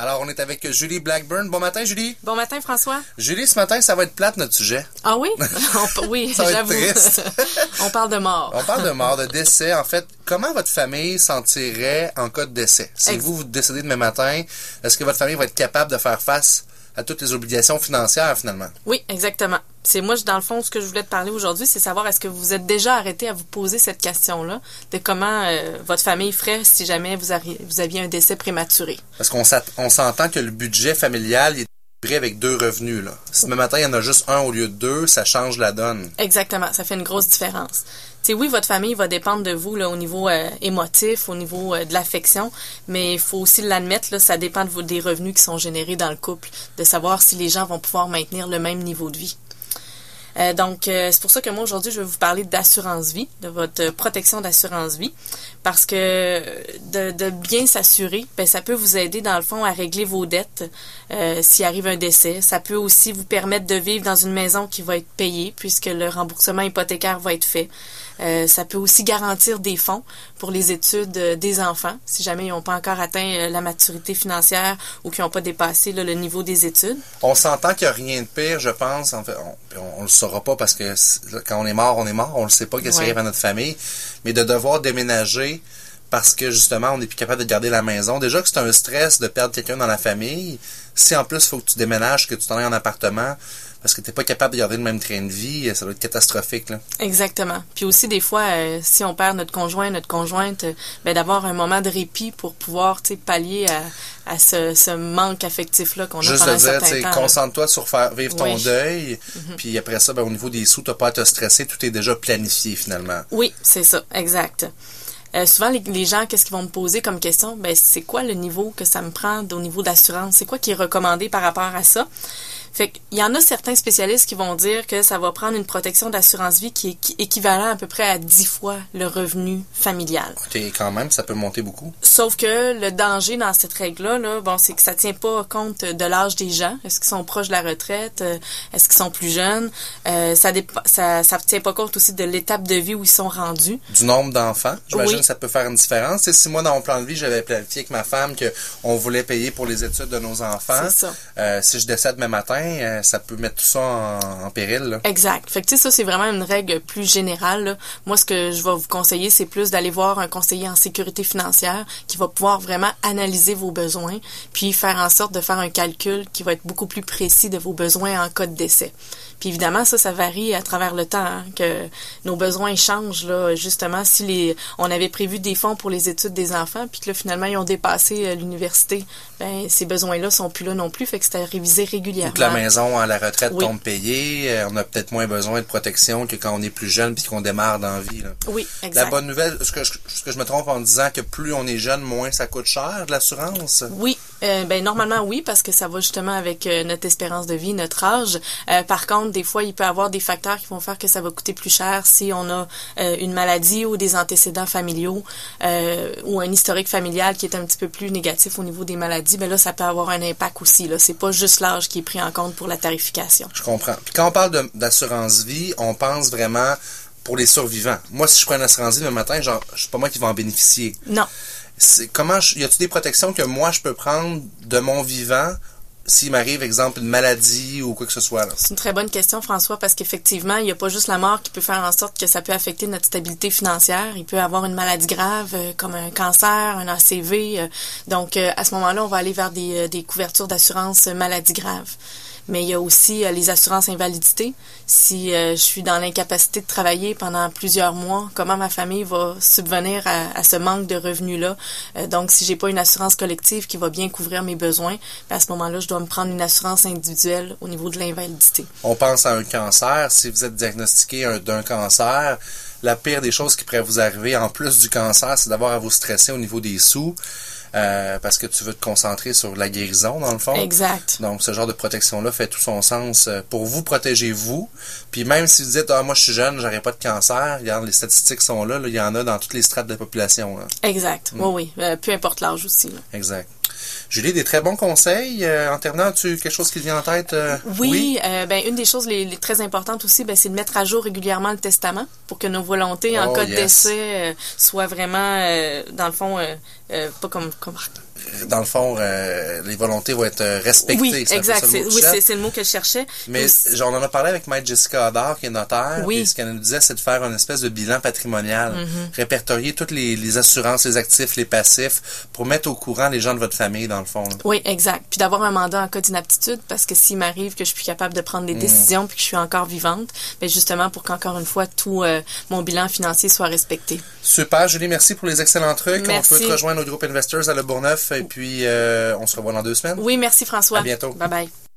Alors, on est avec Julie Blackburn. Bon matin, Julie. Bon matin, François. Julie, ce matin, ça va être plate, notre sujet. Ah oui? Oui, ça va j'avoue. être triste. On parle de mort. On parle de mort, de décès. En fait, comment votre famille s'en tirerait en cas de décès? Si vous décédez demain matin, est-ce que votre famille va être capable de faire face à toutes les obligations financières, finalement? Oui, exactement. C'est moi, dans le fond, ce que je voulais te parler aujourd'hui, c'est savoir est-ce que vous êtes déjà arrêté à vous poser cette question-là, de comment votre famille ferait si jamais vous aviez un décès prématuré. Parce qu'on s'entend que le budget familial est équilibré avec 2 revenus, là. Si demain matin, il y en a juste un au lieu de 2, ça change la donne. Exactement, ça fait une grosse différence. T'sais, oui, votre famille va dépendre de vous là, au niveau émotif, au niveau de l'affection, mais il faut aussi l'admettre, là, ça dépend des revenus qui sont générés dans le couple, de savoir si les gens vont pouvoir maintenir le même niveau de vie. Donc, c'est pour ça que moi, aujourd'hui, je vais vous parler d'assurance vie, de votre protection d'assurance vie, parce que de bien s'assurer, ben, ça peut vous aider, dans le fond, à régler vos dettes s'il arrive un décès. Ça peut aussi vous permettre de vivre dans une maison qui va être payée, puisque le remboursement hypothécaire va être fait. Ça peut aussi garantir des fonds pour les études des enfants, si jamais ils n'ont pas encore atteint la maturité financière ou qu'ils n'ont pas dépassé là, le niveau des études. On s'entend qu'il n'y a rien de pire, je pense. En fait, on le saura pas parce que quand on est mort, on le sait pas qu'est-ce qui arrive à notre famille. Mais de devoir déménager parce que justement, on n'est plus capable de garder la maison. Déjà que c'est un stress de perdre quelqu'un dans la famille. Si en plus, il faut que tu déménages, que tu t'en ailles en appartement, parce que tu n'es pas capable de garder le même train de vie, ça doit être catastrophique, là. Exactement. Puis aussi, des fois, si on perd notre conjoint, notre conjointe, ben, d'avoir un moment de répit pour pouvoir pallier à ce manque affectif-là qu'on a pendant un certain temps. Juste de dire, concentre-toi sur faire vivre ton deuil, puis après ça, ben, au niveau des sous, tu n'as pas à te stresser, tout est déjà planifié finalement. Oui, c'est ça, exact. Souvent, les gens, qu'est-ce qu'ils vont me poser comme question? Ben, c'est quoi le niveau que ça me prend au niveau d'assurance? C'est quoi qui est recommandé par rapport à ça? Fait qu'il y en a certains spécialistes qui vont dire que ça va prendre une protection d'assurance vie qui est équivalent à peu près à 10 fois le revenu familial. Et quand même, ça peut monter beaucoup. Sauf que le danger dans cette règle-là, là, bon, c'est que ça tient pas compte de l'âge des gens. Est-ce qu'ils sont proches de la retraite? Est-ce qu'ils sont plus jeunes? Ça tient pas compte aussi de l'étape de vie où ils sont rendus. Du nombre d'enfants. J'imagine que ça peut faire une différence. T'sais, si moi, dans mon plan de vie, j'avais planifié avec ma femme qu'on voulait payer pour les études de nos enfants. C'est ça. Si je décède demain matin, ça peut mettre tout ça en péril, là. Exact. Fait que tu sais, ça, c'est vraiment une règle plus générale, là. Moi, ce que je vais vous conseiller, c'est plus d'aller voir un conseiller en sécurité financière qui va pouvoir vraiment analyser vos besoins, puis faire en sorte de faire un calcul qui va être beaucoup plus précis de vos besoins en cas de décès. Puis évidemment, ça varie à travers le temps, hein, que nos besoins changent, là. Justement, si on avait prévu des fonds pour les études des enfants, puis que là, finalement, ils ont dépassé l'université, ben ces besoins-là sont plus là non plus, fait que c'est à réviser régulièrement. Ou que la maison à la retraite tombe payée, on a peut-être moins besoin de protection que quand on est plus jeune puis qu'on démarre dans la vie, là. Oui, exact. La bonne nouvelle, est-ce que je me trompe en disant que plus on est jeune, moins ça coûte cher de l'assurance? Oui, ben normalement oui, parce que ça va justement avec notre espérance de vie, notre âge. Par contre, des fois, il peut y avoir des facteurs qui vont faire que ça va coûter plus cher si on a une maladie ou des antécédents familiaux ou un historique familial qui est un petit peu plus négatif au niveau des maladies. Ben là, ça peut avoir un impact aussi, là. C'est pas juste l'âge qui est pris en compte pour la tarification. Je comprends. Puis quand on parle d'assurance vie, on pense vraiment pour les survivants. Moi, si je prends une assurance vie le matin, genre, c'est pas moi qui vais en bénéficier. Non. Y a-t-il des protections que moi je peux prendre de mon vivant s'il m'arrive, exemple, une maladie ou quoi que ce soit, là? C'est une très bonne question, François, parce qu'effectivement, il n'y a pas juste la mort qui peut faire en sorte que ça peut affecter notre stabilité financière. Il peut y avoir une maladie grave, comme un cancer, un ACV. Donc, à ce moment-là, on va aller vers des couvertures d'assurance maladie grave. Mais il y a aussi les assurances invalidité. Si je suis dans l'incapacité de travailler pendant plusieurs mois, comment ma famille va subvenir à ce manque de revenus-là? Donc, si j'ai pas une assurance collective qui va bien couvrir mes besoins, à ce moment-là, je dois me prendre une assurance individuelle au niveau de l'invalidité. On pense à un cancer. Si vous êtes diagnostiqué d'un cancer, la pire des choses qui pourrait vous arriver, en plus du cancer, c'est d'avoir à vous stresser au niveau des sous. Parce que tu veux te concentrer sur la guérison, dans le fond. Exact. Donc, ce genre de protection-là fait tout son sens pour vous, protégez-vous. Puis même si vous dites, moi, je suis jeune, j'aurais pas de cancer, regarde, les statistiques sont là, il y en a dans toutes les strates de la population, là. Exact. Oui. Peu importe l'âge aussi, là. Exact. Julie, des très bons conseils. En terminant, as-tu quelque chose qui te vient en tête? Oui. Une des choses les très importantes aussi, c'est de mettre à jour régulièrement le testament pour que nos volontés en cas de décès soient vraiment, dans le fond, pas comme dans le fond, les volontés vont être respectées. Oui, exact. C'est le mot que je cherchais. Mais on en a parlé avec Maître Jessica Hadar, qui est notaire. Oui. Et ce qu'elle nous disait, c'est de faire une espèce de bilan patrimonial. Répertorier toutes les assurances, les actifs, les passifs, pour mettre au courant les gens de votre famille, dans le fond. Là. Oui, exact. Puis d'avoir un mandat en cas d'inaptitude, parce que s'il m'arrive que je suis plus capable de prendre des décisions puis que je suis encore vivante, bien justement pour qu'encore une fois, tout mon bilan financier soit respecté. Super, Julie, merci pour les excellents trucs. Merci. On peut te rejoindre au groupe Investors à Le Bourgneuf et puis on se revoit dans 2 semaines. Oui, merci François. À bientôt. Bye bye.